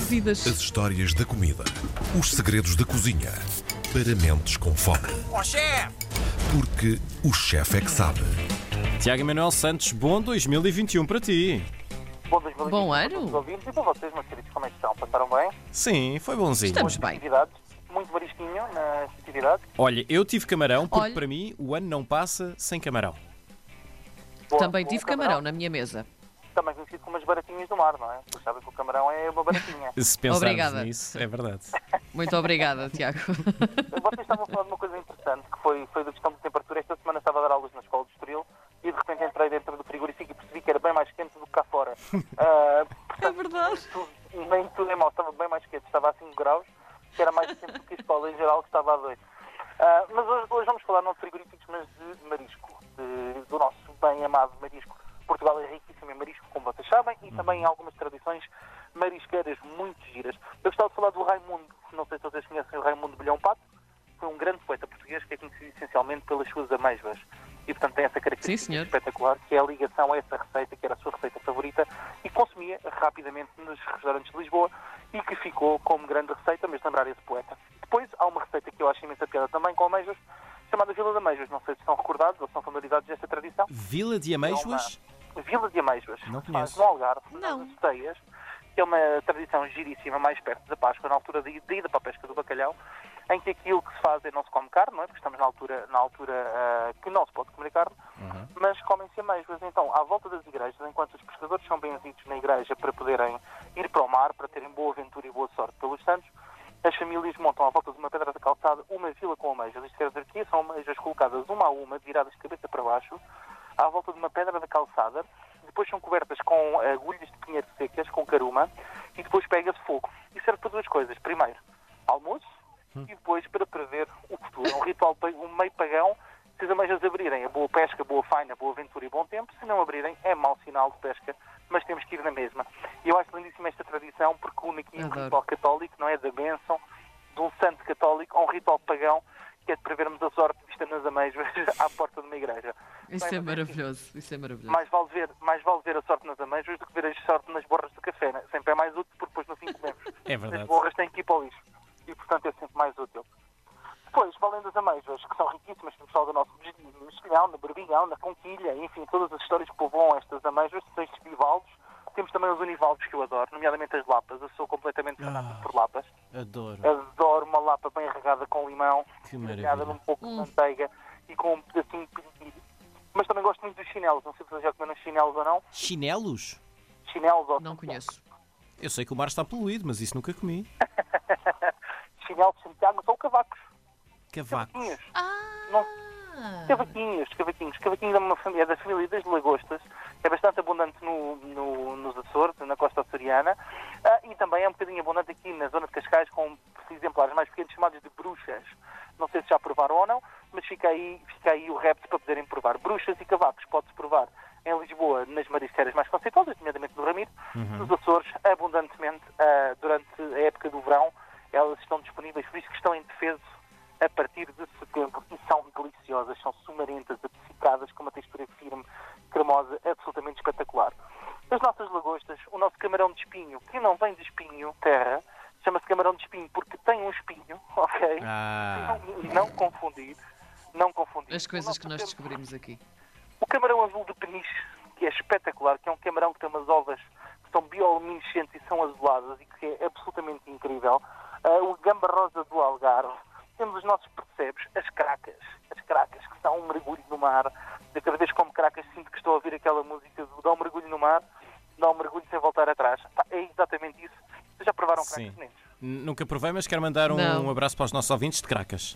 cozidas. As histórias da comida. Os segredos da cozinha. Para mentes com fome. Ó chefe! Porque o chefe é que sabe. Tiago Emanuel Santos, bom 2021 para ti. Bom 2020 Bom para ano. todos os ouvintes e para vocês, meus queridos, como é que estão? Passaram bem? Sim, foi bonzinho. Estamos bem. Atividades, muito marisquinho nas atividades. Olha, eu tive camarão porque Olha. para mim o ano não passa sem camarão. Também Bom tive camarão na minha mesa. Também conhecido como as baratinhas do mar, não é? Vocês sabem que o camarão é uma baratinha. Se pensarmos Obrigada. nisso, é verdade. Muito obrigada, Tiago. Vocês estavam a falar de uma coisa interessante, que foi da questão de temperatura. Esta semana estava a dar aulas na escola de Estoril e de repente entrei dentro do frigorífico e percebi que era bem mais quente do que cá fora. É verdade. Nem tudo é mau, estava bem mais quente, estava a 5 graus, que era mais quente do que a escola em geral, que estava a 2. Mas hoje vamos falar não de frigoríficos, mas de marisco, do nosso bem amado marisco. Portugal é riquíssimo em marisco, como vocês sabem, e também em algumas tradições marisqueiras muito giras. Eu gostava de falar do Raimundo, não sei se vocês conhecem o Raimundo Bilhão Pato, foi um grande poeta português que é conhecido essencialmente pelas suas amêijoas. E, portanto, tem essa Sim, característica senhor. espetacular, que é a ligação a essa receita, que era a sua receita favorita, e consumia rapidamente nos restaurantes de Lisboa, e que ficou como grande receita, mas lembrar esse poeta. Depois, há uma receita que eu acho imensa piada também, com amêijoas, chamada Vila de Amêijoas. Não sei se estão recordados ou são familiarizados desta tradição. Vila de Amêijoas? Vila de Amêijoas. Não Faz conheço. no Algarve, Não. nas Ceias, que é uma tradição giríssima, mais perto da Páscoa, na altura da ida para a pesca do bacalhau, em que aquilo que se faz é não se come carne, não é? Porque estamos na altura que não se pode comer carne, mas comem-se amêijoas. Então, à volta das igrejas, enquanto os pescadores são benzidos na igreja para poderem ir para o mar, para terem boa aventura e boa sorte pelos santos, as famílias montam à volta de uma pedra da calçada uma vila com amêijoas. Isto quer dizer que são amêijoas colocadas uma a uma, viradas de cabeça para baixo, à volta de uma pedra da calçada. Depois são cobertas com agulhas de pinheiro secas, com caruma, e depois pega-se fogo. E serve para duas coisas. Primeiro, almoço, e depois para prever o futuro. É um ritual meio pagão. Se as amêijoas abrirem, é boa pesca, boa faina, boa aventura e bom tempo. Se não abrirem, é mau sinal de pesca, mas temos que ir na mesma. E eu acho lindíssima esta tradição, porque une aqui um Adoro. ritual católico, não é? Da bênção, de um santo católico, a um ritual pagão, que é de prevermos a sorte vista nas amêijoas à porta de uma igreja. Isso é maravilhoso. Isso é maravilhoso. Mais vale ver a sorte nas amêijoas do que ver a sorte nas borras de café, né? Sempre é mais útil, porque depois no fim comemos. É As verdade. borras têm que ir para o lixo. E, portanto, é sempre mais útil. Depois, para além das amêijoas, que são riquíssimas, temos falado do nosso mexilhão, na berbigão, na conquilha, enfim, todas as histórias que povoam estas amêijoas, são estes bivaldos. Temos também os univaldos, que eu adoro, nomeadamente as lapas. Eu sou completamente fanático por lapas. Adoro. Adoro uma lapa bem regada com limão, Que regada maravilha. num pouco de manteiga e com um pedacinho de piripiri. Mas também gosto muito dos chinelos. Não sei se vocês já comeram chinelos ou não. Chinelos? Chinelos ou Não conheço. Eu sei que o mar está poluído, mas isso nunca comi. chinelos de Santiago são cavacos. Cavacos. Cavaquinhos. Ah! Cavaquinhos é da família das lagostas. É bastante abundante nos Açores, na costa açoriana. E também é um bocadinho abundante aqui na zona de Cascais, com exemplares mais pequenos chamados de bruxas. Não sei se já provaram ou não, mas fica aí o repto para poderem provar. Bruxas e cavacos pode-se provar em Lisboa, nas marisqueiras mais conceituadas, nomeadamente no Ramiro. Nos Açores, abundantemente, durante a época do verão, elas estão disponíveis, por isso que estão em defeso a partir de setembro, e são deliciosas, são sumarentas, adocicadas, com uma textura firme, cremosa, absolutamente espetacular. As nossas lagostas, o nosso camarão de espinho, que não vem de espinho, terra, chama-se camarão de espinho porque tem um espinho, ok? Não confundir. As O coisas nosso que nós cam- descobrimos aqui. O camarão azul de peniche, que é espetacular, que é um camarão que tem umas ovas que são bioluminescentes e são azuladas e que é absolutamente incrível. O gamba rosa do Algarve. Temos os nossos percebes, as cracas, que são um mergulho no mar. De cada vez que como cracas sinto que estou a ouvir aquela música do dá um mergulho no mar, dá um mergulho sem voltar atrás. É exatamente isso. Vocês já provaram cracas, Sim. meninos? Nunca provei, mas quero mandar Não. um abraço para os nossos ouvintes de Cracas.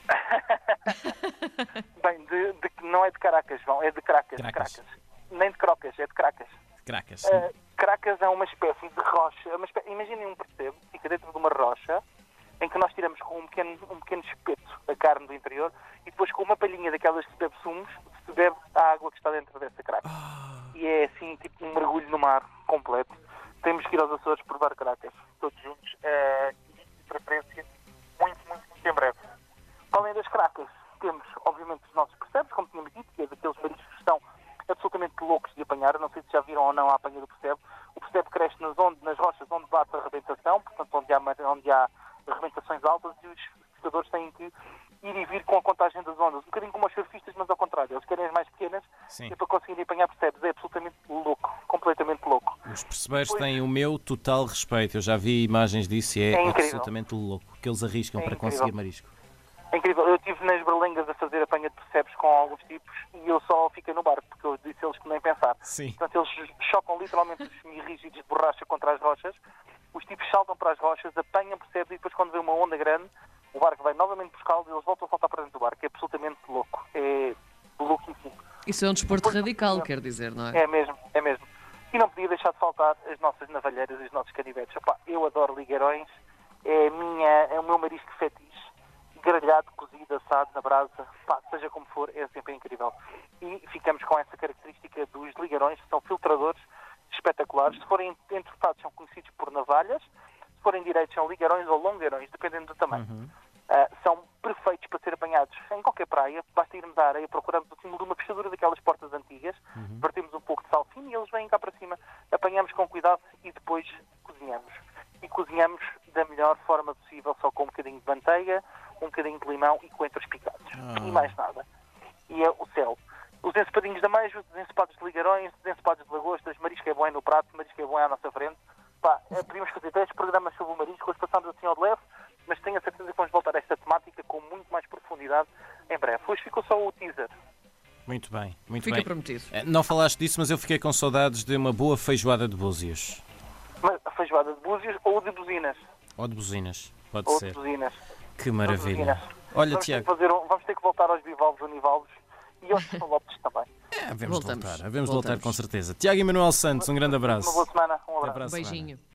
Bem, não é de caracas, João, é de cracas. Cracas. Nem de crocas, é de cracas. Cracas. Cracas é uma espécie de rocha. Imaginem um percebo, fica dentro de uma rocha, em que nós tiramos com um pequeno espeto a carne do interior e depois com uma palhinha daquelas que se bebe sumos, se bebe a água que está dentro dessa craca. E é assim, tipo um mergulho no mar completo. Temos que ir aos Açores provar cracas, todos juntos, e de preferência, muito em breve. Para além das cracas, temos, obviamente, os nossos percebes, como tínhamos dito, que é daqueles mariscos que estão absolutamente loucos de apanhar. Eu não sei se já viram ou não a apanha do percebe. O percebe cresce nas rochas onde bate-arrebentação, portanto, onde há arrebentações altas, e os pescadores têm que ir e vir com a contagem das ondas. Um bocadinho como os surfistas, mas ao contrário. Eles querem as mais pequenas, Sim. e para conseguirem apanhar, percebes? É absolutamente louco, completamente louco. Os percebeiros têm o meu total respeito. Eu já vi imagens disso e é absolutamente louco que eles arriscam para conseguir marisco. É incrível. Eu estive nas berlengas a fazer apanha de percebes com alguns tipos e eu só fiquei no barco, porque eu disse a eles que nem pensar. Sim. Portanto, eles chocam literalmente os semi-rígidos de borracha contra as rochas, os tipos saltam para as rochas, apanham percebes e depois quando vê uma onda grande, o barco vai novamente buscá-los e eles voltam a saltar para dentro do barco. É absolutamente louco. É louquíssimo. Isso é um desporto radical, quer dizer, não é? É mesmo, é mesmo. E não podia deixar de faltar as nossas navalheiras e os nossos canivetes. Epá, eu adoro ligueirões, é o meu marisco fetiche. Grelhado, cozido, assado, na brasa, pá, seja como for, é sempre incrível. E ficamos com essa característica dos ligueirões, que são filtradores espetaculares. Se forem entortados, são conhecidos por navalhas. Se forem direitos, são ligueirões ou longueirões, dependendo do tamanho. São perfeitos para ser apanhados em qualquer praia. Basta irmos à areia, procuramos o símbolo de uma fechadura daquelas portas antigas, partimos um pouco de sal fino e eles vêm cá para cima. Apanhamos com cuidado e depois cozinhamos. E cozinhamos da melhor forma possível, só com um bocadinho de manteiga, um bocadinho de limão e coentros picados. E mais nada. E é o céu. Os ensopadinhos de ameijo, os ensopados de ligarões, os ensopados de lagostas, marisco é bom no prato, marisco é bom à nossa frente. Pá, podíamos fazer 10 programas sobre o marisco, hoje passamos assim ao de leve, mas tenho a certeza que vamos voltar a esta temática com muito mais profundidade em breve. Hoje ficou só o teaser. Muito bem, muito Fica bem. prometido. Não falaste disso, mas eu fiquei com saudades de uma boa feijoada de búzios. Mas a feijoada de búzios ou de buzinas. Ou de buzinas, pode Ou ser. de buzinas. Que maravilha. Olha, Vamos Tiago. vamos ter que voltar aos bivalves, univalves e aos lopes também. Devemos Voltamos. voltar, devemos voltar com certeza. Tiago e Manuel Santos, um grande abraço. Uma boa semana, um Até abraço. para a semana. Beijinho.